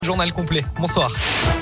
Journal complet. Bonsoir.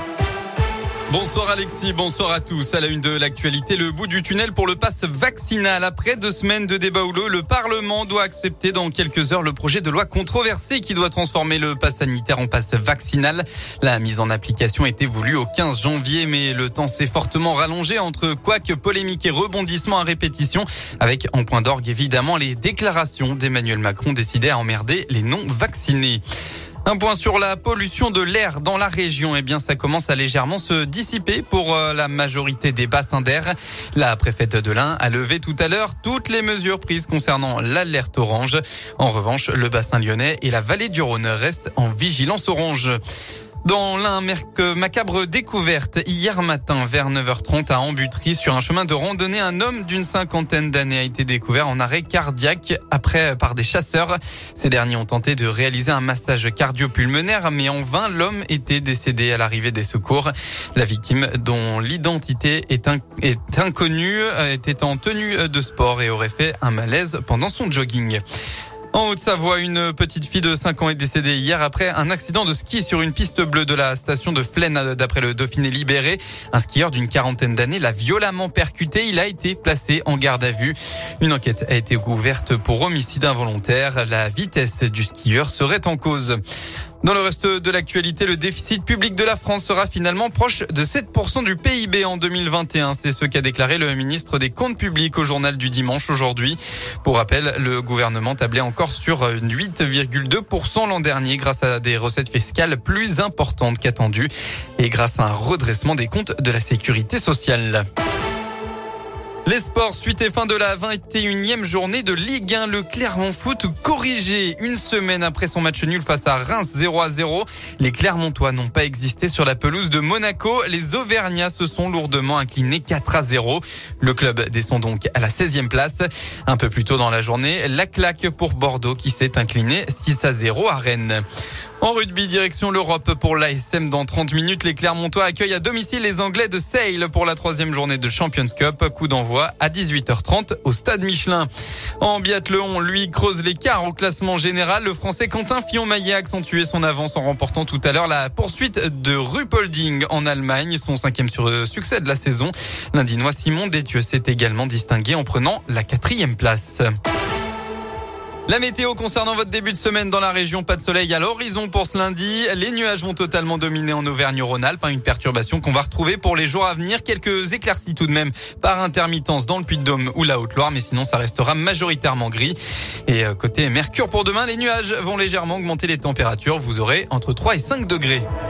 Bonsoir Alexis, bonsoir à tous. À la une de l'actualité, le bout du tunnel pour le pass vaccinal. Après 2 semaines de débat houleux, le Parlement doit accepter dans quelques heures le projet de loi controversé qui doit transformer le pass sanitaire en pass vaccinal. La mise en application était voulue au 15 janvier, mais le temps s'est fortement rallongé entre couacs, polémiques et rebondissements à répétition, avec en point d'orgue évidemment les déclarations d'Emmanuel Macron décidé à emmerder les non-vaccinés. Un point sur la pollution de l'air dans la région. Eh bien, ça commence à légèrement se dissiper pour la majorité des bassins d'air. La préfète de l'Ain a levé tout à l'heure toutes les mesures prises concernant l'alerte orange. En revanche, le bassin lyonnais et la vallée du Rhône restent en vigilance orange. Dans l'Ain, macabre découverte hier matin vers 9h30 à Ambutry sur un chemin de randonnée, un homme d'une 50aine d'années a été découvert en arrêt cardiaque par des chasseurs. Ces derniers ont tenté de réaliser un massage cardio-pulmonaire, mais en vain, l'homme était décédé à l'arrivée des secours. La victime, dont l'identité est inconnue, était en tenue de sport et aurait fait un malaise pendant son jogging. En Haute-Savoie, une petite fille de 5 ans est décédée hier après un accident de ski sur une piste bleue de la station de Flaine. D'après le Dauphiné Libéré, un skieur d'une 40aine d'années l'a violemment percuté. Il a été placé en garde à vue. Une enquête a été ouverte pour homicide involontaire. La vitesse du skieur serait en cause. Dans le reste de l'actualité, le déficit public de la France sera finalement proche de 7% du PIB en 2021. C'est ce qu'a déclaré le ministre des Comptes publics au journal du dimanche aujourd'hui. Pour rappel, le gouvernement tablait encore sur 8,2% l'an dernier grâce à des recettes fiscales plus importantes qu'attendues et grâce à un redressement des comptes de la sécurité sociale. Les sports, suite et fin de la 21e journée de Ligue 1. Le Clermont Foot corrigé une semaine après son match nul face à Reims 0-0. Les Clermontois n'ont pas existé sur la pelouse de Monaco. Les Auvergnats se sont lourdement inclinés 4-0. Le club descend donc à la 16e place. Un peu plus tôt dans la journée, la claque pour Bordeaux qui s'est incliné 6-0 à Rennes. En rugby, direction l'Europe pour l'ASM dans 30 minutes. Les Clermontois accueillent à domicile les Anglais de Sale pour la 3e journée de Champions Cup. Coup d'envoi à 18h30 au stade Michelin. En biathlon, lui creuse l'écart au classement général. Le Français Quentin Fillon-Maillet a accentué son avance en remportant tout à l'heure la poursuite de Ruhpolding en Allemagne, son 5e succès de la saison. L'Indinois Simon Détieux s'est également distingué en prenant la 4e place. La météo concernant votre début de semaine dans la région, pas de soleil à l'horizon pour ce lundi. Les nuages vont totalement dominer en Auvergne-Rhône-Alpes. Une perturbation qu'on va retrouver pour les jours à venir. Quelques éclaircies tout de même par intermittence dans le Puy-de-Dôme ou la Haute-Loire. Mais sinon, ça restera majoritairement gris. Et côté Mercure pour demain, les nuages vont légèrement augmenter les températures. Vous aurez entre 3 et 5 degrés.